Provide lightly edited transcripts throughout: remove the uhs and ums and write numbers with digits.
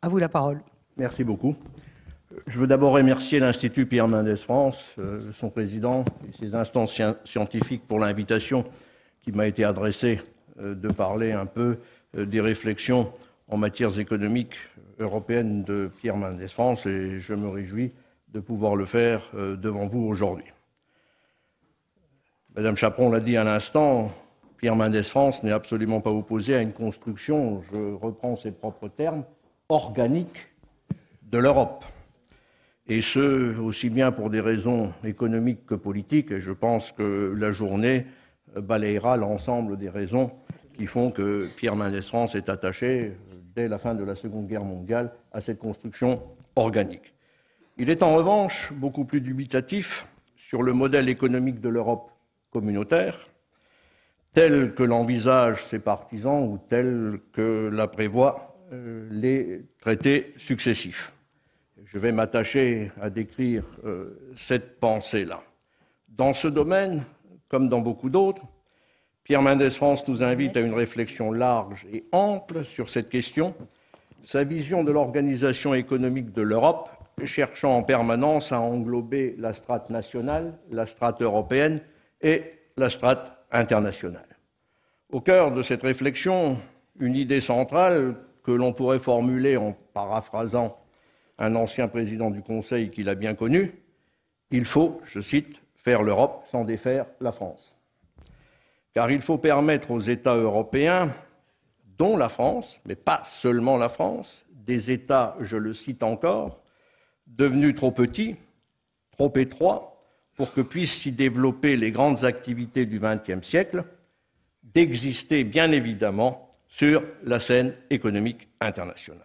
À vous la parole. Merci beaucoup. Je veux d'abord remercier l'Institut Pierre Mendès France, son président et ses instances scientifiques pour l'invitation qui m'a été adressée de parler un peu des réflexions en matière économique européenne de Pierre Mendès France, et je me réjouis de pouvoir le faire devant vous aujourd'hui. Madame Chaperon l'a dit à l'instant, Pierre Mendès France n'est absolument pas opposé à une construction, je reprends ses propres termes, organique de l'Europe. Et ce, aussi bien pour des raisons économiques que politiques, et je pense que la journée balayera l'ensemble des raisons qui font que Pierre Mendès France est attaché, dès la fin de la Seconde Guerre mondiale, à cette construction organique. Il est en revanche beaucoup plus dubitatif sur le modèle économique de l'Europe communautaire, tel que l'envisagent ses partisans ou tel que la prévoient les traités successifs. Je vais m'attacher à décrire cette pensée-là. Dans ce domaine, comme dans beaucoup d'autres, Pierre Mendès France nous invite à une réflexion large et ample sur cette question, sa vision de l'organisation économique de l'Europe, cherchant en permanence à englober la strate nationale, la strate européenne et la strate internationale. Au cœur de cette réflexion, une idée centrale que l'on pourrait formuler en paraphrasant un ancien président du Conseil qui l'a bien connu, il faut, je cite, faire l'Europe sans défaire la France. Car il faut permettre aux États européens, dont la France, mais pas seulement la France, des États, je le cite encore, devenus trop petits, trop étroits, pour que puissent s'y développer les grandes activités du XXe siècle, d'exister bien évidemment sur la scène économique internationale.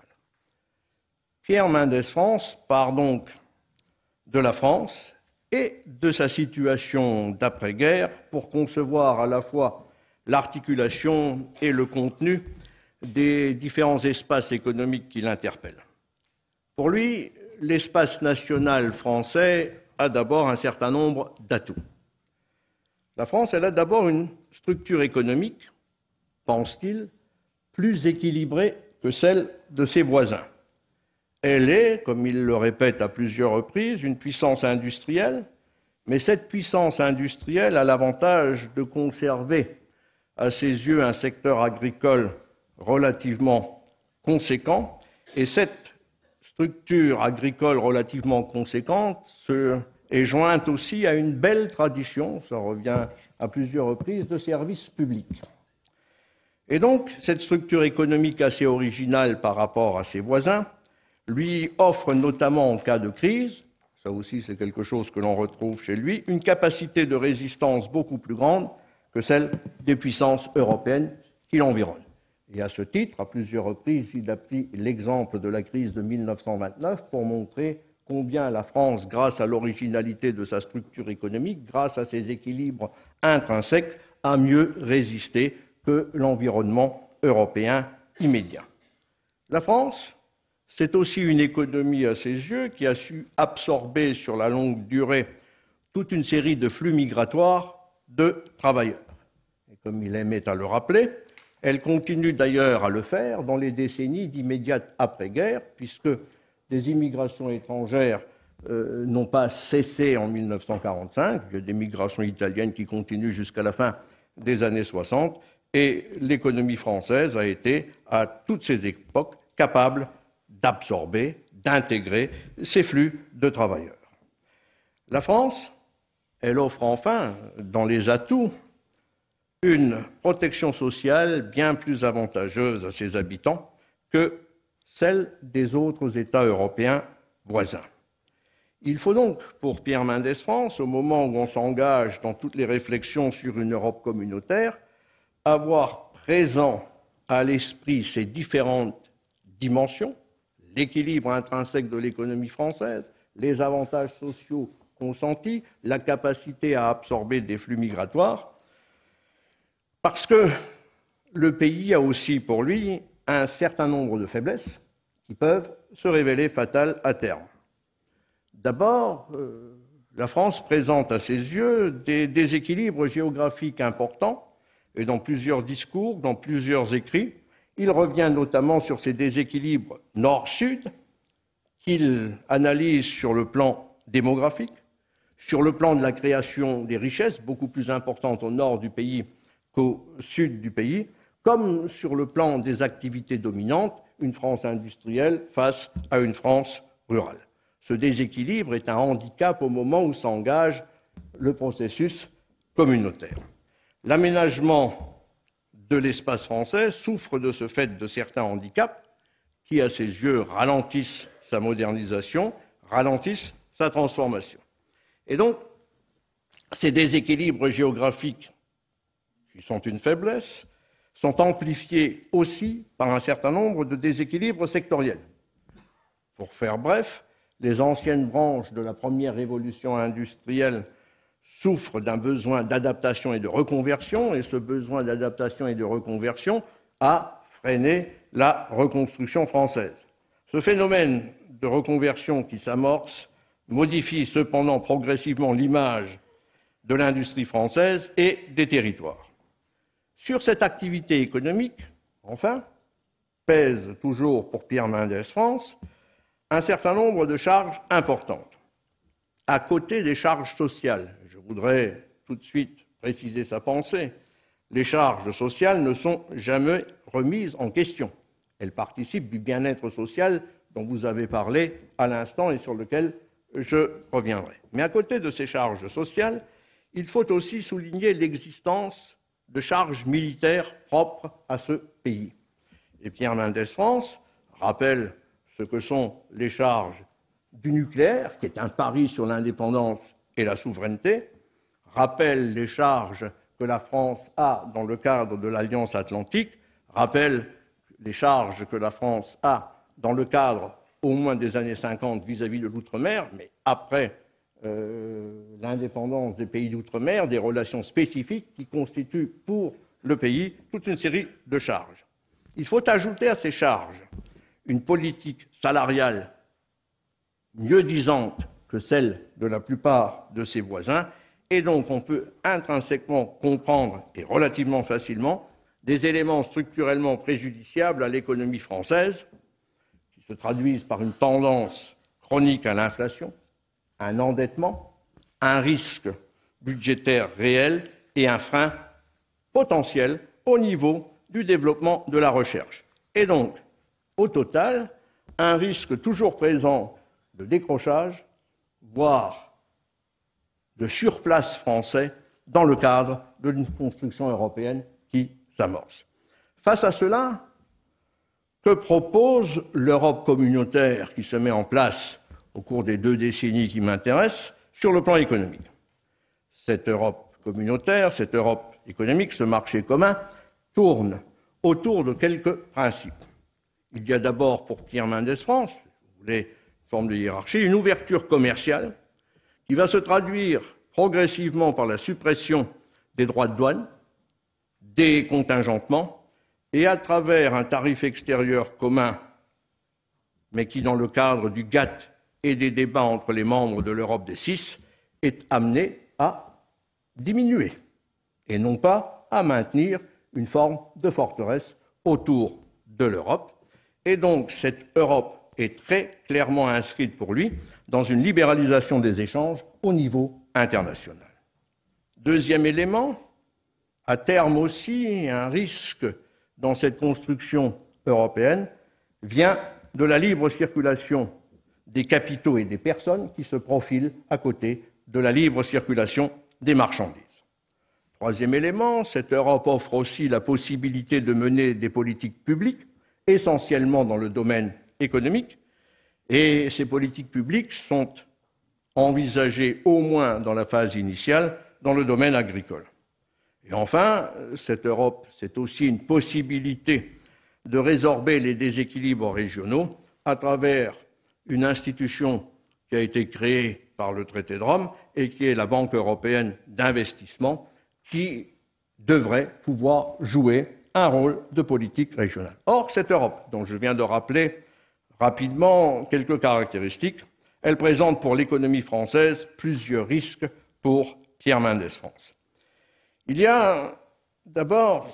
Pierre Mendès France part donc de la France et de sa situation d'après-guerre pour concevoir à la fois l'articulation et le contenu des différents espaces économiques qui l'interpellent. Pour lui, l'espace national français a d'abord un certain nombre d'atouts. La France, elle a d'abord une structure économique, pense-t-il, plus équilibrée que celle de ses voisins. Elle est, comme il le répète à plusieurs reprises, une puissance industrielle, mais cette puissance industrielle a l'avantage de conserver à ses yeux un secteur agricole relativement conséquent, et cette structure agricole relativement conséquente est jointe aussi à une belle tradition, ça revient à plusieurs reprises, de services publics. Et donc, cette structure économique assez originale par rapport à ses voisins lui offre notamment en cas de crise, ça aussi c'est quelque chose que l'on retrouve chez lui, une capacité de résistance beaucoup plus grande que celle des puissances européennes qui l'environnent. Et à ce titre, à plusieurs reprises, il a pris l'exemple de la crise de 1929 pour montrer combien la France, grâce à l'originalité de sa structure économique, grâce à ses équilibres intrinsèques, a mieux résisté que l'environnement européen immédiat. La France, c'est aussi une économie à ses yeux qui a su absorber sur la longue durée toute une série de flux migratoires de travailleurs. Et comme il aimait à le rappeler, elle continue d'ailleurs à le faire dans les décennies d'immédiate après-guerre, puisque des immigrations étrangères n'ont pas cessé en 1945, il y a des migrations italiennes qui continuent jusqu'à la fin des années 60, et l'économie française a été, à toutes ces époques, capable d'absorber, d'intégrer ces flux de travailleurs. La France, elle offre enfin, dans les atouts, une protection sociale bien plus avantageuse à ses habitants que celle des autres États européens voisins. Il faut donc, pour Pierre Mendès France, au moment où on s'engage dans toutes les réflexions sur une Europe communautaire, avoir présent à l'esprit ces différentes dimensions, l'équilibre intrinsèque de l'économie française, les avantages sociaux consentis, la capacité à absorber des flux migratoires, parce que le pays a aussi pour lui un certain nombre de faiblesses qui peuvent se révéler fatales à terme. D'abord, la France présente à ses yeux des déséquilibres géographiques importants, et dans plusieurs discours, dans plusieurs écrits, Il revient notamment sur ces déséquilibres nord-sud qu'il analyse sur le plan démographique, sur le plan de la création des richesses, beaucoup plus importantes au nord du pays qu'au sud du pays, comme sur le plan des activités dominantes, une France industrielle face à une France rurale. Ce déséquilibre est un handicap au moment où s'engage le processus communautaire. L'aménagement de l'espace français souffre de ce fait de certains handicaps qui, à ses yeux, ralentissent sa modernisation, ralentissent sa transformation. Et donc, ces déséquilibres géographiques, qui sont une faiblesse, sont amplifiés aussi par un certain nombre de déséquilibres sectoriels. Pour faire bref, les anciennes branches de la première révolution industrielle souffrent d'un besoin d'adaptation et de reconversion, et ce besoin d'adaptation et de reconversion a freiné la reconstruction française. Ce phénomène de reconversion qui s'amorce modifie cependant progressivement l'image de l'industrie française et des territoires. Sur cette activité économique, enfin, pèse toujours pour Pierre Mendès France un certain nombre de charges importantes. À côté des charges sociales, je voudrais tout de suite préciser sa pensée, les charges sociales ne sont jamais remises en question. Elles participent du bien-être social dont vous avez parlé à l'instant et sur lequel je reviendrai. Mais à côté de ces charges sociales, il faut aussi souligner l'existence de charges militaires propres à ce pays. Et Pierre Mendès France rappelle ce que sont les charges du nucléaire, qui est un pari sur l'indépendance et la souveraineté, rappelle les charges que la France a dans le cadre de l'Alliance atlantique, rappelle les charges que la France a dans le cadre au moins des années 50 vis-à-vis de l'outre-mer, mais après l'indépendance des pays d'outre-mer, des relations spécifiques qui constituent pour le pays toute une série de charges. Il faut ajouter à ces charges une politique salariale mieux disante que celle de la plupart de ses voisins, et donc on peut intrinsèquement comprendre, et relativement facilement, des éléments structurellement préjudiciables à l'économie française, qui se traduisent par une tendance chronique à l'inflation, un endettement, un risque budgétaire réel et un frein potentiel au niveau du développement de la recherche. Et donc, au total, un risque toujours présent de décrochage, voire de surplace français dans le cadre d'une construction européenne qui s'amorce. Face à cela, que propose l'Europe communautaire qui se met en place au cours des 2 décennies qui m'intéressent sur le plan économique? Cette Europe communautaire, cette Europe économique, ce marché commun, tourne autour de quelques principes. Il y a d'abord pour Pierre Mendès France, vous voulez, forme de hiérarchie, une ouverture commerciale qui va se traduire progressivement par la suppression des droits de douane, des contingentements, et à travers un tarif extérieur commun, mais qui, dans le cadre du GATT et des débats entre les membres de l'Europe des 6, est amené à diminuer, et non pas à maintenir une forme de forteresse autour de l'Europe. Et donc cette Europe est très clairement inscrite pour lui dans une libéralisation des échanges au niveau international. Deuxième élément, à terme aussi, un risque dans cette construction européenne vient de la libre circulation des capitaux et des personnes qui se profilent à côté de la libre circulation des marchandises. Troisième élément, cette Europe offre aussi la possibilité de mener des politiques publiques, essentiellement dans le domaine économique, et ces politiques publiques sont envisagées au moins dans la phase initiale dans le domaine agricole. Et enfin, cette Europe, c'est aussi une possibilité de résorber les déséquilibres régionaux à travers une institution qui a été créée par le traité de Rome et qui est la Banque européenne d'investissement, qui devrait pouvoir jouer un rôle de politique régionale. Or, cette Europe, dont je viens de rappeler rapidement quelques caractéristiques, elle présente pour l'économie française plusieurs risques pour Pierre Mendès France. Il y a d'abord,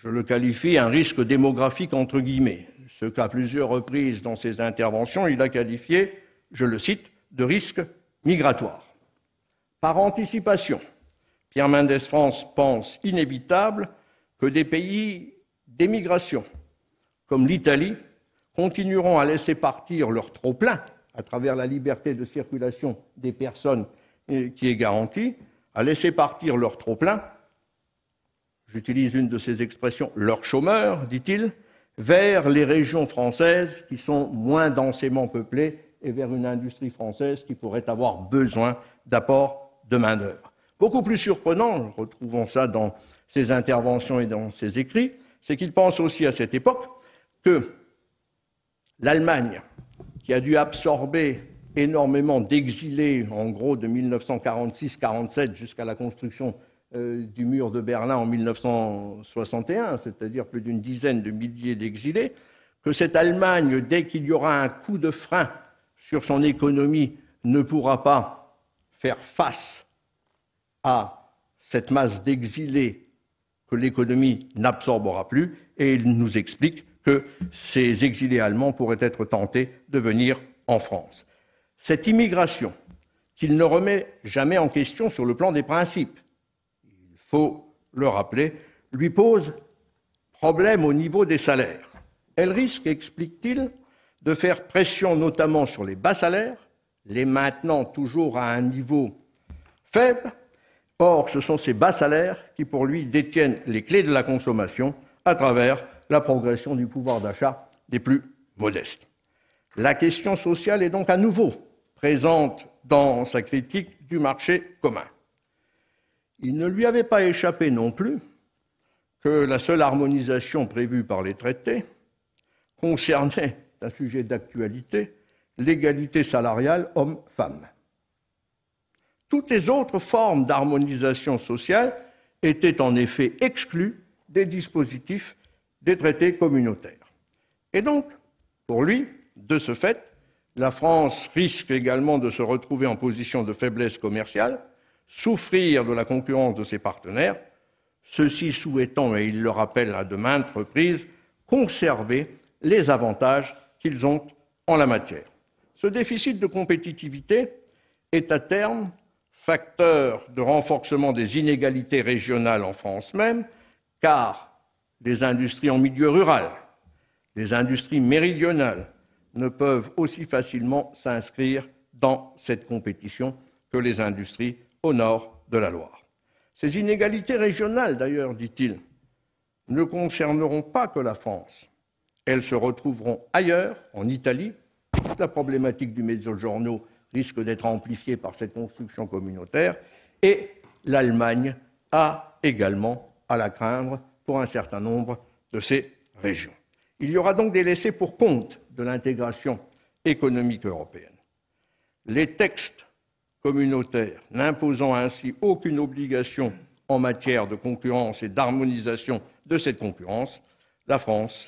je le qualifie un risque démographique entre guillemets, ce qu'à plusieurs reprises dans ses interventions, il a qualifié, je le cite, de risque migratoire. Par anticipation, Pierre Mendès France pense inévitable que des pays d'émigration, comme l'Italie, continueront à laisser partir leur trop-plein à travers la liberté de circulation des personnes qui est garantie, à laisser partir leur trop-plein, j'utilise une de ces expressions, leurs chômeurs, dit-il, vers les régions françaises qui sont moins densément peuplées et vers une industrie française qui pourrait avoir besoin d'apport de main-d'œuvre. Beaucoup plus surprenant, retrouvons ça dans ses interventions et dans ses écrits, c'est qu'il pense aussi à cette époque que l'Allemagne, qui a dû absorber énormément d'exilés, en gros de 1946-47 jusqu'à la construction du mur de Berlin en 1961, c'est-à-dire plus d'une dizaine de milliers d'exilés, que cette Allemagne, dès qu'il y aura un coup de frein sur son économie, ne pourra pas faire face à cette masse d'exilés que l'économie n'absorbera plus, et il nous explique que ces exilés allemands pourraient être tentés de venir en France. Cette immigration, qu'il ne remet jamais en question sur le plan des principes, il faut le rappeler, lui pose problème au niveau des salaires. Elle risque, explique-t-il, de faire pression notamment sur les bas salaires, les maintenant toujours à un niveau faible. Or, ce sont ces bas salaires qui, pour lui, détiennent les clés de la consommation à travers la progression du pouvoir d'achat des plus modestes. La question sociale est donc à nouveau présente dans sa critique du marché commun. Il ne lui avait pas échappé non plus que la seule harmonisation prévue par les traités concernait un sujet d'actualité, l'égalité salariale homme-femme. Toutes les autres formes d'harmonisation sociale étaient en effet exclues des dispositifs des traités communautaires. Et donc, pour lui, de ce fait, la France risque également de se retrouver en position de faiblesse commerciale, souffrir de la concurrence de ses partenaires, ceux-ci souhaitant, et il le rappelle à de maintes reprises, conserver les avantages qu'ils ont en la matière. Ce déficit de compétitivité est à terme facteur de renforcement des inégalités régionales en France même, car les industries en milieu rural, les industries méridionales, ne peuvent aussi facilement s'inscrire dans cette compétition que les industries au nord de la Loire. Ces inégalités régionales, d'ailleurs, dit-il, ne concerneront pas que la France. Elles se retrouveront ailleurs, en Italie. Toute la problématique du Mezzogiorno risque d'être amplifiée par cette construction communautaire. Et l'Allemagne a également à la craindre pour un certain nombre de ces régions. Il y aura donc des laissés pour compte de l'intégration économique européenne. Les textes communautaires n'imposant ainsi aucune obligation en matière de concurrence et d'harmonisation de cette concurrence, la France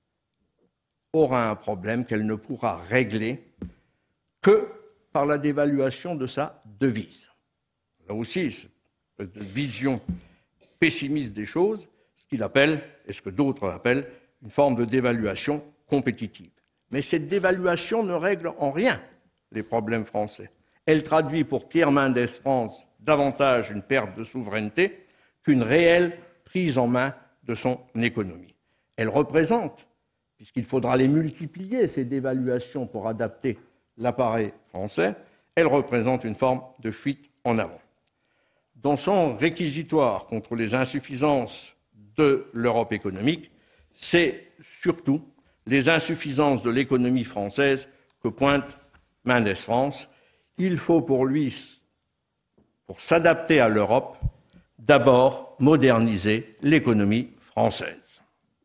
aura un problème qu'elle ne pourra régler que par la dévaluation de sa devise. Là aussi, cette vision pessimiste des choses, ce qu'il appelle, et ce que d'autres appellent, une forme de dévaluation compétitive. Mais cette dévaluation ne règle en rien les problèmes français. Elle traduit pour Pierre Mendès France davantage une perte de souveraineté qu'une réelle prise en main de son économie. Elle représente, puisqu'il faudra les multiplier, ces dévaluations pour adapter l'appareil français, elle représente une forme de fuite en avant. Dans son réquisitoire contre les insuffisances de l'Europe économique, c'est surtout les insuffisances de l'économie française que pointe Mendès France. Il faut pour lui, pour s'adapter à l'Europe, d'abord moderniser l'économie française.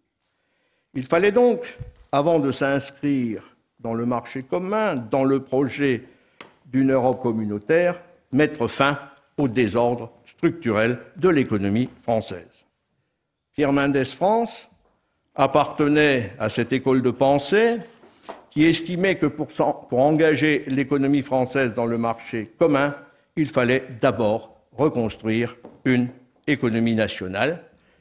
Il fallait donc, avant de s'inscrire dans le marché commun, dans le projet d'une Europe communautaire, mettre fin au désordre structurel de l'économie française. Pierre Mendès France appartenait à cette école de pensée qui estimait que pour engager l'économie française dans le marché commun, il fallait d'abord reconstruire une économie nationale,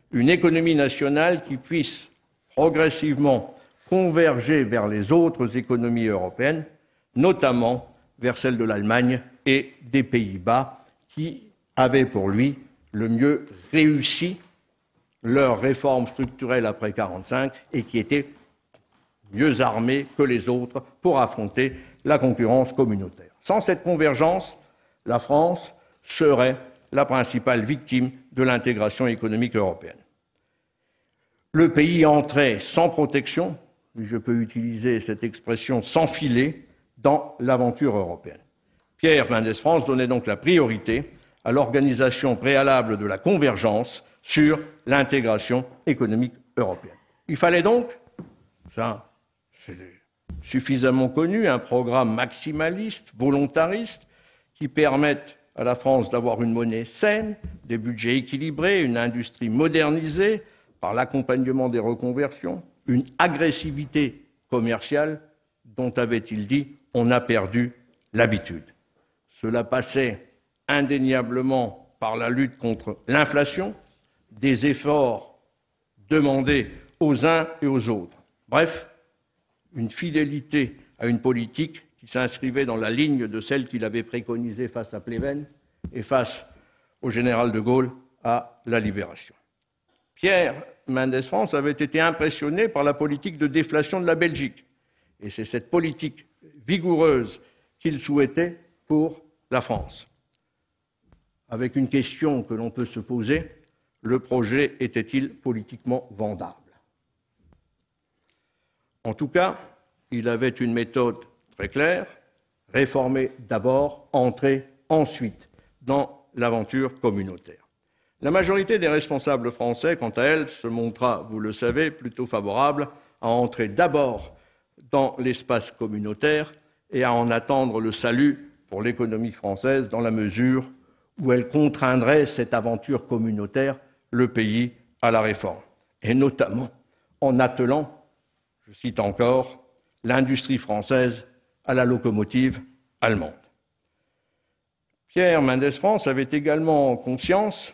une économie nationale qui puisse progressivement converger vers les autres économies européennes, notamment vers celle de l'Allemagne et des Pays-Bas, qui avaient pour lui le mieux réussi leurs réformes structurelles après 1945 et qui étaient mieux armés que les autres pour affronter la concurrence communautaire. Sans cette convergence, la France serait la principale victime de l'intégration économique européenne. Le pays entrait sans protection, je peux utiliser cette expression sans filet, dans l'aventure européenne. Pierre Mendès France donnait donc la priorité à l'organisation préalable de la convergence sur l'intégration économique européenne. Il fallait donc, ça c'est suffisamment connu, un programme maximaliste, volontariste, qui permette à la France d'avoir une monnaie saine, des budgets équilibrés, une industrie modernisée par l'accompagnement des reconversions, une agressivité commerciale dont, avait-il dit, on a perdu l'habitude. Cela passait indéniablement par la lutte contre l'inflation, des efforts demandés aux uns et aux autres. Bref, une fidélité à une politique qui s'inscrivait dans la ligne de celle qu'il avait préconisée face à Pleven et face au général de Gaulle à la Libération. Pierre Mendès France avait été impressionné par la politique de déflation de la Belgique. Et c'est cette politique vigoureuse qu'il souhaitait pour la France. Avec une question que l'on peut se poser, le projet était-il politiquement vendable? En tout cas, il avait une méthode très claire, réformer d'abord, entrer ensuite dans l'aventure communautaire. La majorité des responsables français, quant à elle, se montra, vous le savez, plutôt favorable à entrer d'abord dans l'espace communautaire et à en attendre le salut pour l'économie française dans la mesure où elle contraindrait cette aventure communautaire le pays à la réforme, et notamment en attelant, je cite encore, l'industrie française à la locomotive allemande. Pierre Mendès France avait également conscience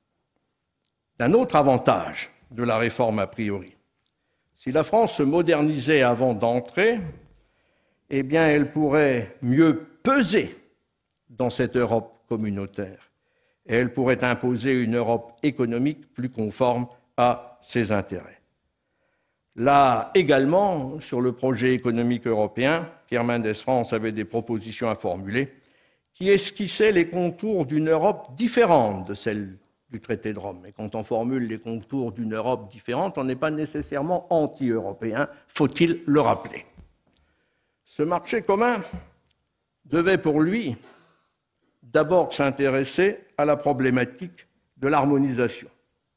d'un autre avantage de la réforme a priori. Si la France se modernisait avant d'entrer, eh bien, elle pourrait mieux peser dans cette Europe communautaire et elle pourrait imposer une Europe économique plus conforme à ses intérêts. Là également, sur le projet économique européen, Pierre Mendès France avait des propositions à formuler qui esquissaient les contours d'une Europe différente de celle du traité de Rome. Et quand on formule les contours d'une Europe différente, on n'est pas nécessairement anti-européen, faut-il le rappeler. Ce marché commun devait pour lui d'abord s'intéresser à la problématique de l'harmonisation.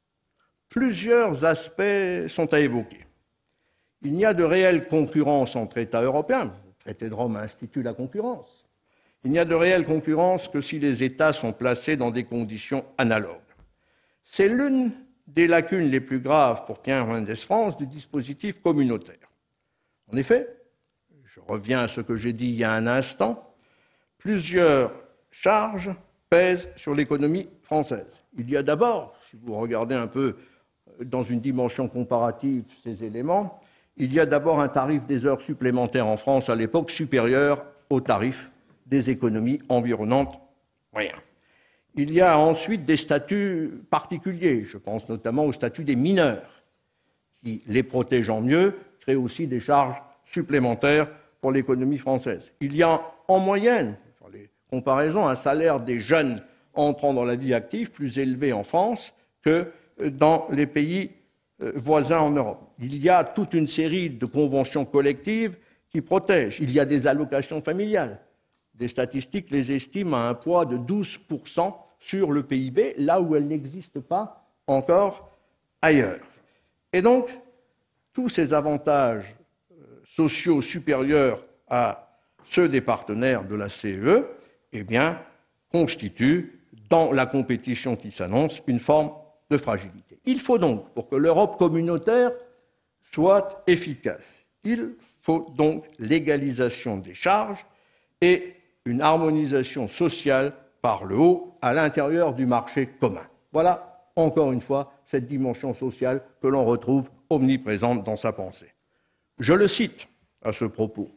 Plusieurs aspects sont à évoquer. Il n'y a de réelle concurrence entre États européens. Le traité de Rome institue la concurrence. Il n'y a de réelle concurrence que si les États sont placés dans des conditions analogues. C'est l'une des lacunes les plus graves pour Pierre Mendès France du dispositif communautaire. En effet, je reviens à ce que j'ai dit il y a un instant, plusieurs charges pèsent sur l'économie française. Il y a d'abord, si vous regardez un peu dans une dimension comparative ces éléments, il y a d'abord un tarif des heures supplémentaires en France à l'époque supérieur au tarif des économies environnantes moyennes. Il y a ensuite des statuts particuliers, je pense notamment au statut des mineurs, qui, les protégeant mieux, créent aussi des charges supplémentaires pour l'économie française. Il y a en moyenne, sur les comparaisons, un salaire des jeunes entrant dans la vie active plus élevé en France que dans les pays voisins en Europe. Il y a toute une série de conventions collectives qui protègent. Il y a des allocations familiales. Des statistiques les estiment à un poids de 12% sur le PIB, là où elles n'existent pas encore ailleurs. Et donc, tous ces avantages sociaux supérieurs à ceux des partenaires de la CEE, eh bien, constituent, dans la compétition qui s'annonce, une forme de fragilité. Il faut donc, pour que l'Europe communautaire soit efficace, il faut donc l'égalisation des charges et une harmonisation sociale par le haut à l'intérieur du marché commun. Voilà, encore une fois, cette dimension sociale que l'on retrouve omniprésente dans sa pensée. Je le cite à ce propos.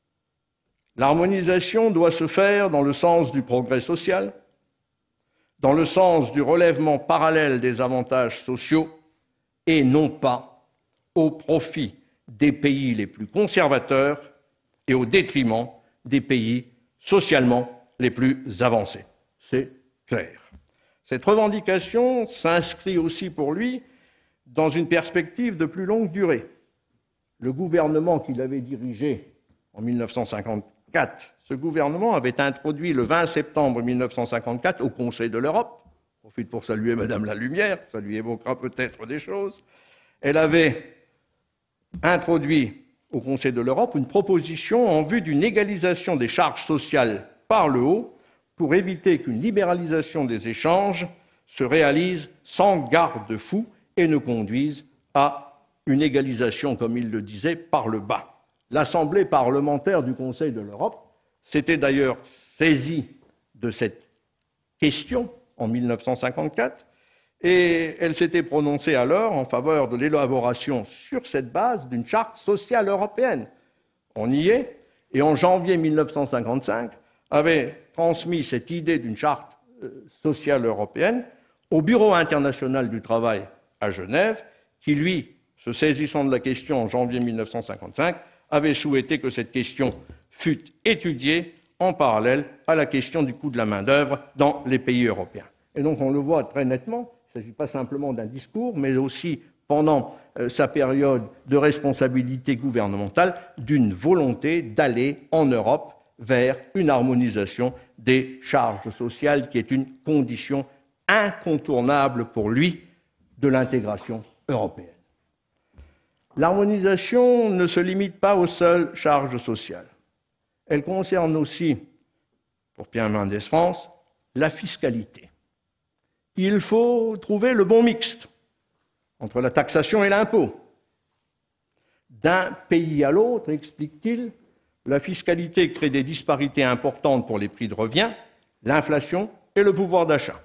L'harmonisation doit se faire dans le sens du progrès social, dans le sens du relèvement parallèle des avantages sociaux et non pas au profit des pays les plus conservateurs et au détriment des pays socialement les plus avancés. C'est clair. Cette revendication s'inscrit aussi pour lui dans une perspective de plus longue durée. Le gouvernement qu'il avait dirigé en 1954, ce gouvernement avait introduit le 20 septembre 1954 au Conseil de l'Europe, je profite pour saluer Madame la Lumière, ça lui évoquera peut-être des choses, elle avait introduit au Conseil de l'Europe une proposition en vue d'une égalisation des charges sociales par le haut pour éviter qu'une libéralisation des échanges se réalise sans garde-fou et ne conduise à une égalisation, comme il le disait, par le bas. L'Assemblée parlementaire du Conseil de l'Europe s'était d'ailleurs saisie de cette question en 1954 et elle s'était prononcée alors en faveur de l'élaboration sur cette base d'une charte sociale européenne. On y est, et en janvier 1955 avait transmis cette idée d'une charte sociale européenne au Bureau international du travail à Genève, qui, lui, se saisissant de la question en janvier 1955, avait souhaité que cette question fût étudiée en parallèle à la question du coût de la main-d'œuvre dans les pays européens. Et donc on le voit très nettement, il ne s'agit pas simplement d'un discours, mais aussi, pendant sa période de responsabilité gouvernementale, d'une volonté d'aller en Europe vers une harmonisation des charges sociales qui est une condition incontournable pour lui de l'intégration européenne. L'harmonisation ne se limite pas aux seules charges sociales. Elle concerne aussi, pour Pierre Mendès France, la fiscalité. Il faut trouver le bon mixte entre la taxation et l'impôt. D'un pays à l'autre, explique-t-il, la fiscalité crée des disparités importantes pour les prix de revient, l'inflation et le pouvoir d'achat.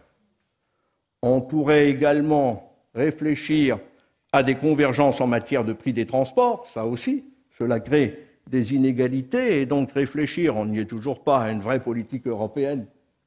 On pourrait également réfléchir à des convergences en matière de prix des transports, ça aussi, cela crée des inégalités, et donc réfléchir, on n'y est toujours pas, à une vraie politique européenne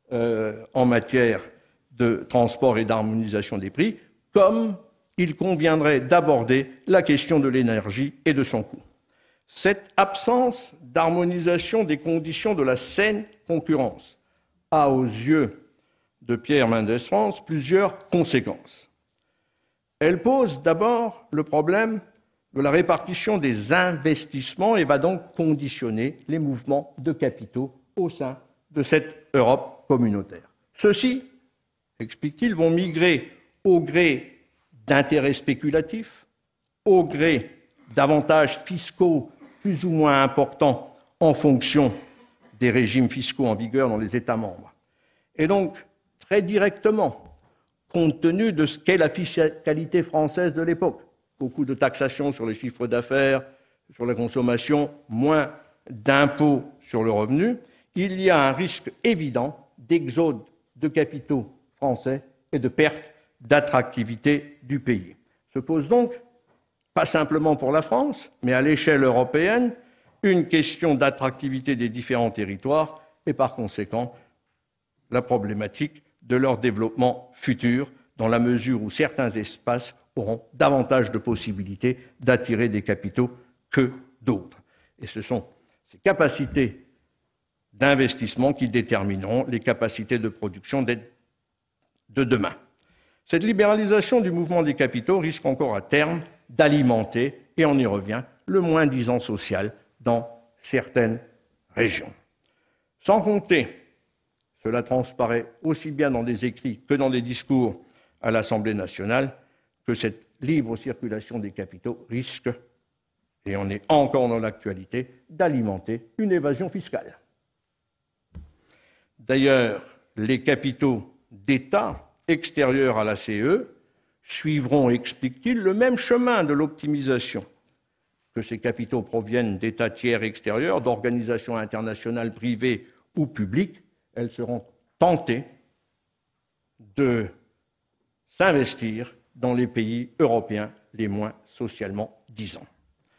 en matière de transport et d'harmonisation des prix, comme il conviendrait d'aborder la question de l'énergie et de son coût. Cette absence d'harmonisation des conditions de la saine concurrence a, aux yeux de Pierre Mendès France, plusieurs conséquences. Elle pose d'abord le problème de la répartition des investissements et va donc conditionner les mouvements de capitaux au sein de cette Europe communautaire. Ceux-ci, explique-t-il, vont migrer au gré d'intérêts spéculatifs, au gré d'avantages fiscaux plus ou moins importants en fonction des régimes fiscaux en vigueur dans les États membres. Et donc, très directement, compte tenu de ce qu'est la fiscalité française de l'époque, beaucoup de taxation sur les chiffres d'affaires, sur la consommation, moins d'impôts sur le revenu, il y a un risque évident d'exode de capitaux français et de perte d'attractivité du pays. Se pose donc, pas simplement pour la France, mais à l'échelle européenne, une question d'attractivité des différents territoires et par conséquent la problématique de leur développement futur, dans la mesure où certains espaces auront davantage de possibilités d'attirer des capitaux que d'autres. Et ce sont ces capacités d'investissement qui détermineront les capacités de production de demain. Cette libéralisation du mouvement des capitaux risque encore à terme d'alimenter, et on y revient, le moins-disant social dans certaines régions. Sans compter, cela transparaît aussi bien dans des écrits que dans des discours à l'Assemblée nationale, que cette libre circulation des capitaux risque, et on est encore dans l'actualité, d'alimenter une évasion fiscale. D'ailleurs, les capitaux d'État extérieurs à la CE suivront, explique-t-il, le même chemin de l'optimisation. Que ces capitaux proviennent d'États tiers extérieurs, d'organisations internationales privées ou publiques, elles seront tentées de s'investir dans les pays européens les moins socialement disants.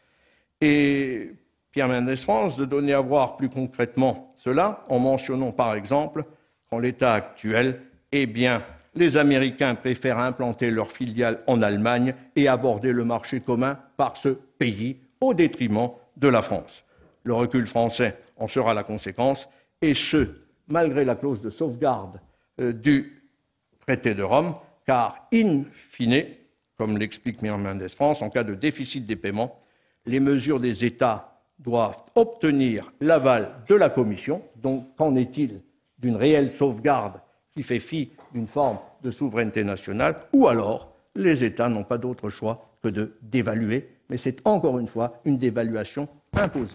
Et Pierre Mendès France de donner à voir plus concrètement cela en mentionnant par exemple qu'en l'état actuel, eh bien, les Américains préfèrent implanter leurs filiales en Allemagne et aborder le marché commun par ce pays au détriment de la France. Le recul français en sera la conséquence, et ce, malgré la clause de sauvegarde du traité de Rome, car in fine, comme l'explique Pierre Mendès France, en cas de déficit des paiements, les mesures des États doivent obtenir l'aval de la Commission. Donc, qu'en est-il d'une réelle sauvegarde qui fait fi d'une forme de souveraineté nationale, ou alors les États n'ont pas d'autre choix que de dévaluer, mais c'est encore une fois une dévaluation imposée.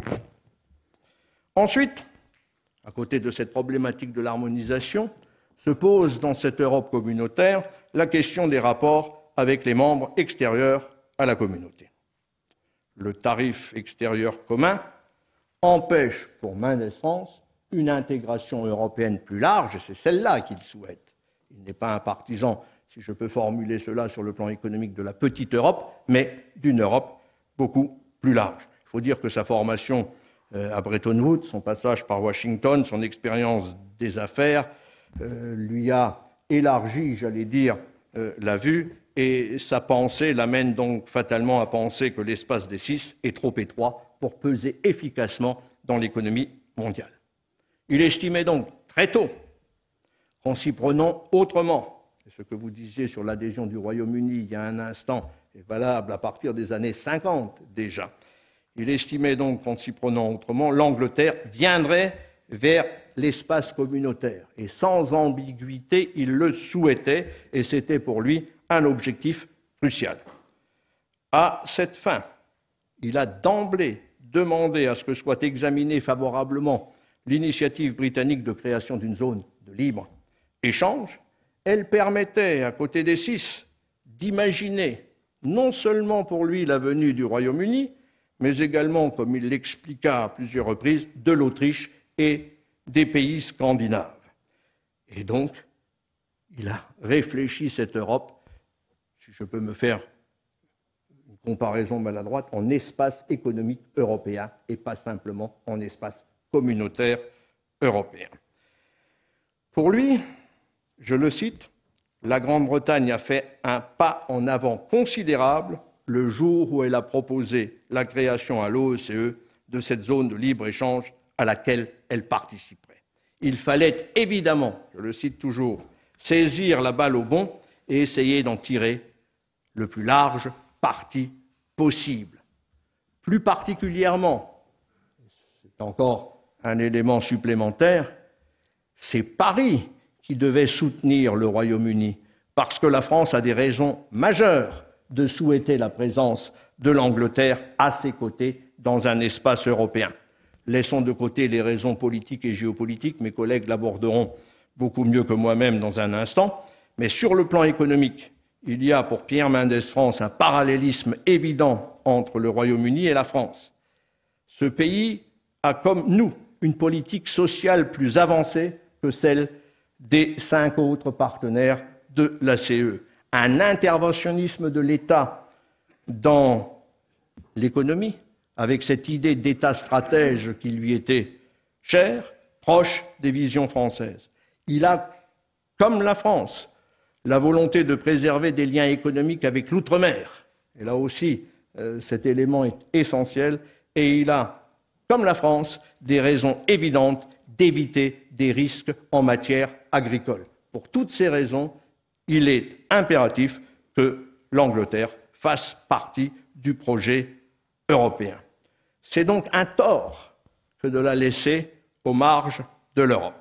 Ensuite, à côté de cette problématique de l'harmonisation, se pose dans cette Europe communautaire la question des rapports avec les membres extérieurs à la communauté. Le tarif extérieur commun empêche pour Mendès France une intégration européenne plus large, et c'est celle-là qu'il souhaite. Il n'est pas un partisan, si je peux formuler cela sur le plan économique, de la petite Europe, mais d'une Europe beaucoup plus large. Il faut dire que sa formation à Bretton Woods, son passage par Washington, son expérience des affaires, lui a élargi, j'allais dire, la vue, et sa pensée l'amène donc fatalement à penser que l'espace des six est trop étroit pour peser efficacement dans l'économie mondiale. Il estimait donc très tôt qu'en s'y prenant autrement, et ce que vous disiez sur l'adhésion du Royaume-Uni il y a un instant est valable à partir des années 50 déjà, il estimait donc qu'en s'y prenant autrement, l'Angleterre viendrait vers l'espace communautaire. Et sans ambiguïté, il le souhaitait, et c'était pour lui un objectif crucial. À cette fin, il a d'emblée demandé à ce que soit examinée favorablement l'initiative britannique de création d'une zone de libre-échange. Elle permettait, à côté des six, d'imaginer non seulement pour lui la venue du Royaume-Uni, mais également, comme il l'expliqua à plusieurs reprises, de l'Autriche et des pays scandinaves. Et donc, il a réfléchi cette Europe, si je peux me faire une comparaison maladroite, en espace économique européen et pas simplement en espace communautaire européen. Pour lui, je le cite, « La Grande-Bretagne a fait un pas en avant considérable le jour où elle a proposé la création à l'OECE de cette zone de libre-échange à laquelle elle participerait. Il fallait évidemment, je le cite toujours, saisir la balle au bond et essayer d'en tirer le plus large parti possible. Plus particulièrement, c'est encore un élément supplémentaire, c'est Paris qui devait soutenir le Royaume-Uni, parce que la France a des raisons majeures de souhaiter la présence de l'Angleterre à ses côtés dans un espace européen. Laissons de côté les raisons politiques et géopolitiques, mes collègues l'aborderont beaucoup mieux que moi-même dans un instant, mais sur le plan économique, il y a pour Pierre Mendès France un parallélisme évident entre le Royaume-Uni et la France. Ce pays a, comme nous, une politique sociale plus avancée que celle des 5 autres partenaires de la CE. Un interventionnisme de l'État dans l'économie, avec cette idée d'État stratège qui lui était chère, proche des visions françaises. Il a, comme la France, la volonté de préserver des liens économiques avec l'outre-mer. Et là aussi, cet élément est essentiel. Et il a, comme la France, des raisons évidentes d'éviter des risques en matière agricole. Pour toutes ces raisons, il est impératif que l'Angleterre fasse partie du projet européen. C'est donc un tort que de la laisser aux marges de l'Europe.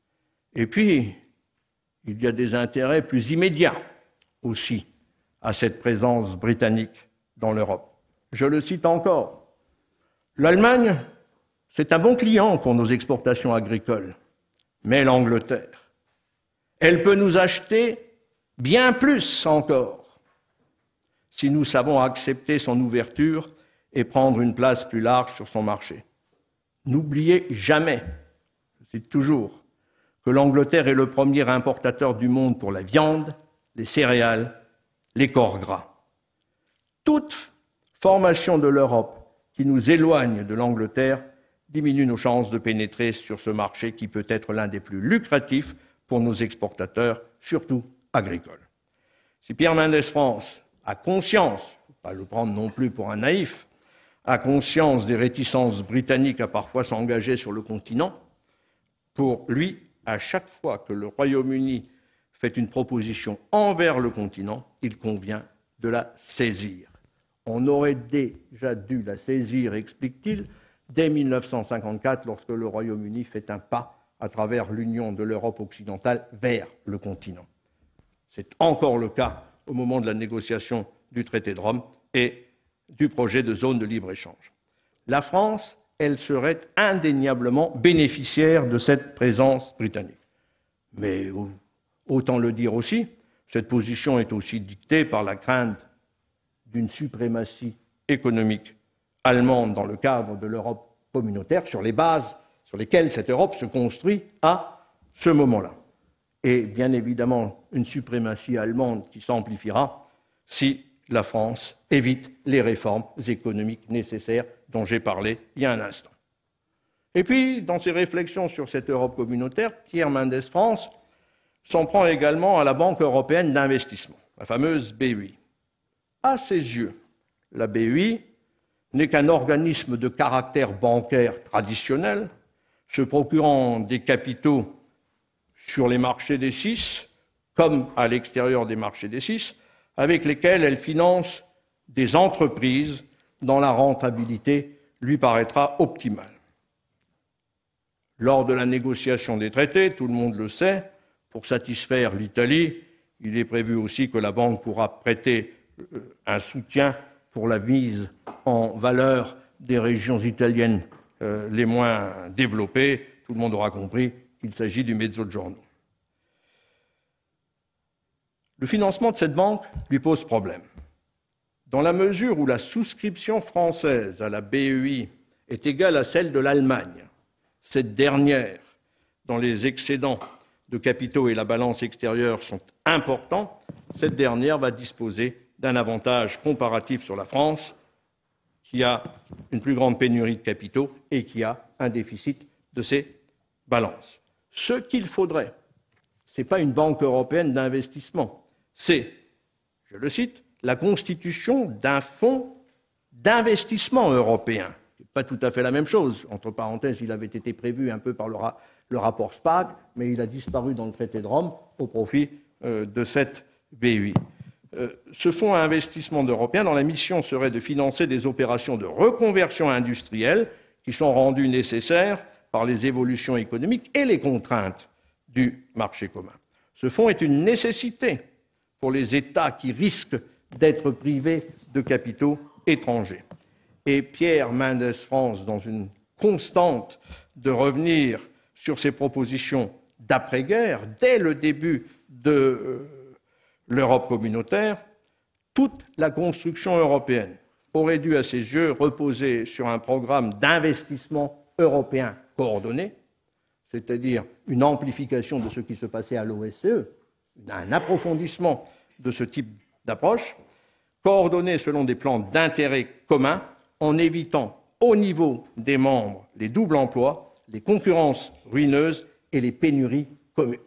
Et puis, il y a des intérêts plus immédiats aussi à cette présence britannique dans l'Europe. Je le cite encore. L'Allemagne, c'est un bon client pour nos exportations agricoles, mais l'Angleterre, elle peut nous acheter bien plus encore si nous savons accepter son ouverture et prendre une place plus large sur son marché. N'oubliez jamais, je cite toujours, que l'Angleterre est le premier importateur du monde pour la viande, les céréales, les corps gras. Toute formation de l'Europe qui nous éloigne de l'Angleterre diminue nos chances de pénétrer sur ce marché qui peut être l'un des plus lucratifs pour nos exportateurs, surtout agricoles. Si Pierre Mendès France a conscience, il ne faut pas le prendre non plus pour un naïf, a conscience des réticences britanniques à parfois s'engager sur le continent, pour lui, à chaque fois que le Royaume-Uni fait une proposition envers le continent, il convient de la saisir. On aurait déjà dû la saisir, explique-t-il, dès 1954, lorsque le Royaume-Uni fait un pas à travers l'union de l'Europe occidentale vers le continent. C'est encore le cas au moment de la négociation du traité de Rome et du projet de zone de libre-échange. La France, elle serait indéniablement bénéficiaire de cette présence britannique. Mais autant le dire aussi, cette position est aussi dictée par la crainte d'une suprématie économique allemande dans le cadre de l'Europe communautaire, sur les bases sur lesquelles cette Europe se construit à ce moment-là. Et bien évidemment, une suprématie allemande qui s'amplifiera si la France évite les réformes économiques nécessaires dont j'ai parlé il y a un instant. Et puis, dans ses réflexions sur cette Europe communautaire, Pierre Mendès France s'en prend également à la Banque européenne d'investissement, la fameuse BEI. À ses yeux, la BEI n'est qu'un organisme de caractère bancaire traditionnel, se procurant des capitaux sur les marchés des six, comme à l'extérieur des marchés des six, avec lesquels elle finance des entreprises dont la rentabilité lui paraîtra optimale. Lors de la négociation des traités, tout le monde le sait, pour satisfaire l'Italie, il est prévu aussi que la banque pourra prêter un soutien pour la mise en valeur des régions italiennes les moins développées. Tout le monde aura compris qu'il s'agit du Mezzogiorno. Le financement de cette banque lui pose problème. Dans la mesure où la souscription française à la BEI est égale à celle de l'Allemagne, cette dernière, dont les excédents de capitaux et la balance extérieure sont importants, cette dernière va disposer d'un avantage comparatif sur la France, qui a une plus grande pénurie de capitaux et qui a un déficit de ses balances. Ce qu'il faudrait, ce n'est pas une banque européenne d'investissement, c'est, je le cite, la constitution d'un fonds d'investissement européen. Ce n'est pas tout à fait la même chose. Entre parenthèses, il avait été prévu un peu par le rapport Spag, mais il a disparu dans le traité de Rome au profit de cette BEI. Ce fonds à investissement européen, dont la mission serait de financer des opérations de reconversion industrielle qui sont rendues nécessaires par les évolutions économiques et les contraintes du marché commun. Ce fonds est une nécessité pour les États qui risquent d'être privés de capitaux étrangers. Et Pierre Mendès France, dans une constante de revenir sur ses propositions d'après-guerre, dès le début de l'Europe communautaire, toute la construction européenne aurait dû, à ses yeux, reposer sur un programme d'investissement européen coordonné, c'est-à-dire une amplification de ce qui se passait à l'OSCE, un approfondissement de ce type d'approche, coordonné selon des plans d'intérêt commun, en évitant au niveau des membres les doubles emplois, les concurrences ruineuses et les pénuries communes.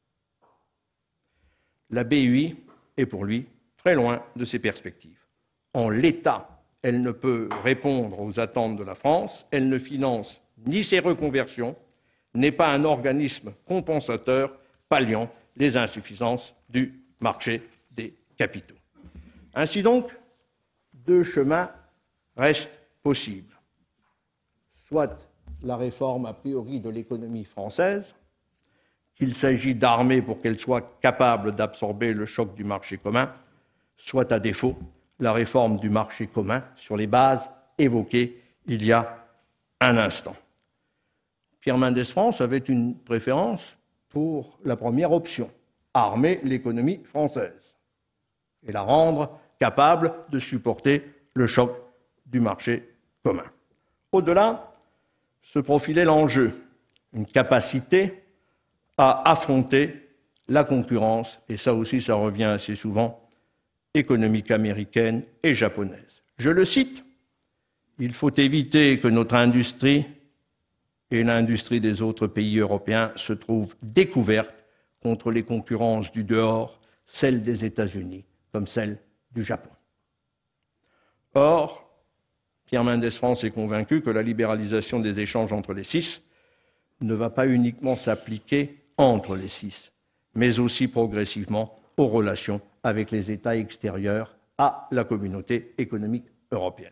La BEI est pour lui très loin de ces perspectives. En l'état, elle ne peut répondre aux attentes de la France, elle ne finance ni ses reconversions, n'est pas un organisme compensateur palliant les insuffisances du marché des capitaux. Ainsi donc, deux chemins restent possibles. Soit la réforme a priori de l'économie française, qu'il s'agit d'armer pour qu'elle soit capable d'absorber le choc du marché commun, soit à défaut la réforme du marché commun sur les bases évoquées il y a un instant. Pierre Mendès France avait une préférence pour la première option, armer l'économie française et la rendre capable de supporter le choc du marché commun. Au-delà, se profilait l'enjeu, une capacité à affronter la concurrence, et ça aussi, ça revient assez souvent, économiques américaines et japonaises. Je le cite, « Il faut éviter que notre industrie et l'industrie des autres pays européens se trouvent découvertes contre les concurrences du dehors, celles des États-Unis comme celles du Japon. » Or, Pierre Mendès France est convaincu que la libéralisation des échanges entre les six ne va pas uniquement s'appliquer entre les six, mais aussi progressivement aux relations avec les États extérieurs à la communauté économique européenne.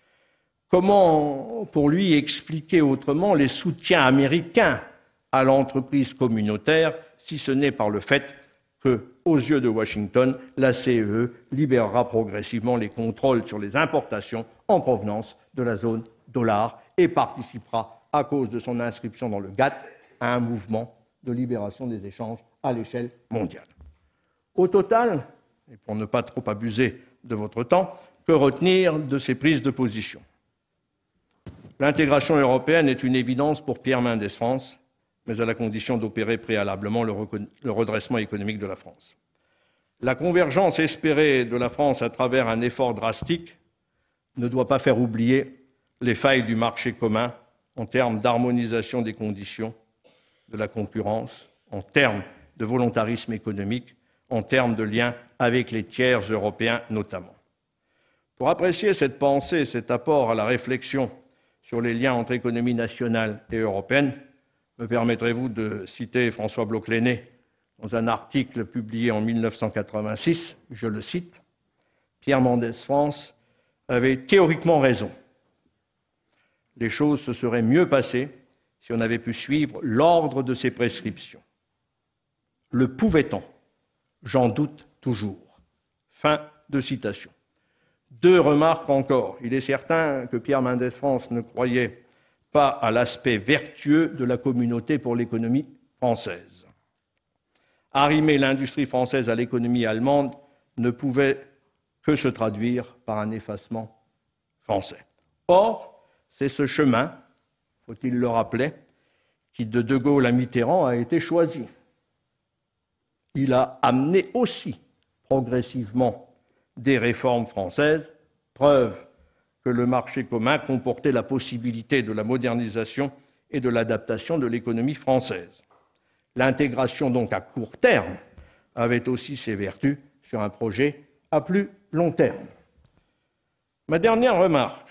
Comment, pour lui, expliquer autrement les soutiens américains à l'entreprise communautaire, si ce n'est par le fait que, aux yeux de Washington, la CEE libérera progressivement les contrôles sur les importations en provenance de la zone dollar et participera, à cause de son inscription dans le GATT, à un mouvement de libération des échanges à l'échelle mondiale. Au total, et pour ne pas trop abuser de votre temps, que retenir de ces prises de position? L'intégration européenne est une évidence pour Pierre Mendès France, mais à la condition d'opérer préalablement le redressement économique de la France. La convergence espérée de la France à travers un effort drastique ne doit pas faire oublier les failles du marché commun en termes d'harmonisation des conditions de la concurrence, en termes de volontarisme économique, en termes de liens avec les tiers européens notamment. Pour apprécier cette pensée, cet apport à la réflexion sur les liens entre économie nationale et européenne, me permettrez-vous de citer François Bloch-Lenné dans un article publié en 1986, je le cite, « Pierre Mendès France avait théoriquement raison. Les choses se seraient mieux passées si on avait pu suivre l'ordre de ses prescriptions. Le pouvait-on? J'en doute toujours. » Fin de citation. Deux remarques encore. Il est certain que Pierre Mendès France ne croyait pas à l'aspect vertueux de la communauté pour l'économie française. Arrimer l'industrie française à l'économie allemande ne pouvait que se traduire par un effacement français. Or, c'est ce chemin, faut-il le rappeler, qui de De Gaulle à Mitterrand a été choisi. Il a amené aussi progressivement des réformes françaises, preuve que le marché commun comportait la possibilité de la modernisation et de l'adaptation de l'économie française. L'intégration, donc à court terme, avait aussi ses vertus sur un projet à plus long terme. Ma dernière remarque,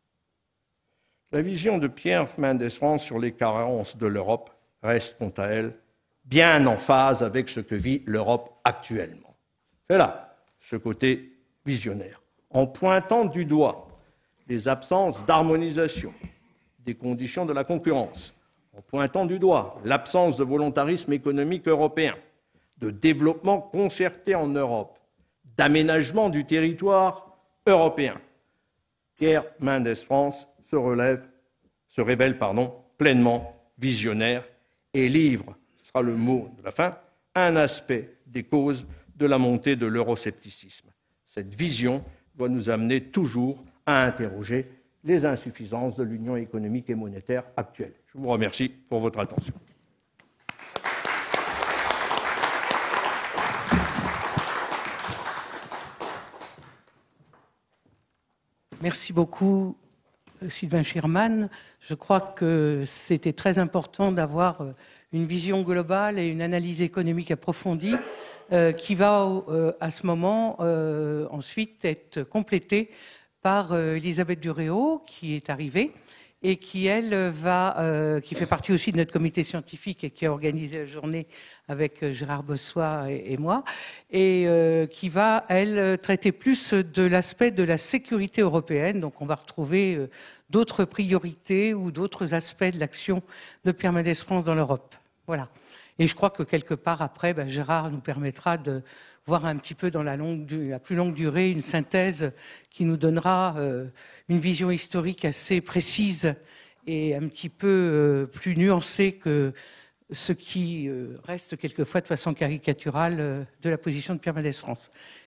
la vision de Pierre Mendès France sur les carences de l'Europe reste, quant à elle, bien en phase avec ce que vit l'Europe actuellement. C'est là ce côté visionnaire, en pointant du doigt les absences d'harmonisation des conditions de la concurrence, en pointant du doigt l'absence de volontarisme économique européen, de développement concerté en Europe, d'aménagement du territoire européen. Pierre Mendès France se révèle pleinement visionnaire et livre, ce sera le mot de la fin, un aspect des causes de la montée de l'euroscepticisme. Cette vision doit nous amener toujours à interroger les insuffisances de l'union économique et monétaire actuelle. Je vous remercie pour votre attention. Merci beaucoup, Sylvain Schirman. Je crois que c'était très important d'avoir une vision globale et une analyse économique approfondie qui va, à ce moment, ensuite être complétée par Elisabeth Duréau, qui est arrivée et qui, elle, qui fait partie aussi de notre comité scientifique et qui a organisé la journée avec Gérard Bossois et moi, et qui va, elle, traiter plus de l'aspect de la sécurité européenne. Donc on va retrouver d'autres priorités ou d'autres aspects de l'action de Pierre Mendès France dans l'Europe. Voilà. Et je crois que quelque part après, Gérard nous permettra de voir un petit peu dans la plus longue durée une synthèse qui nous donnera une vision historique assez précise et un petit peu plus nuancée que ce qui reste quelquefois de façon caricaturale de la position de Pierre Mendès France.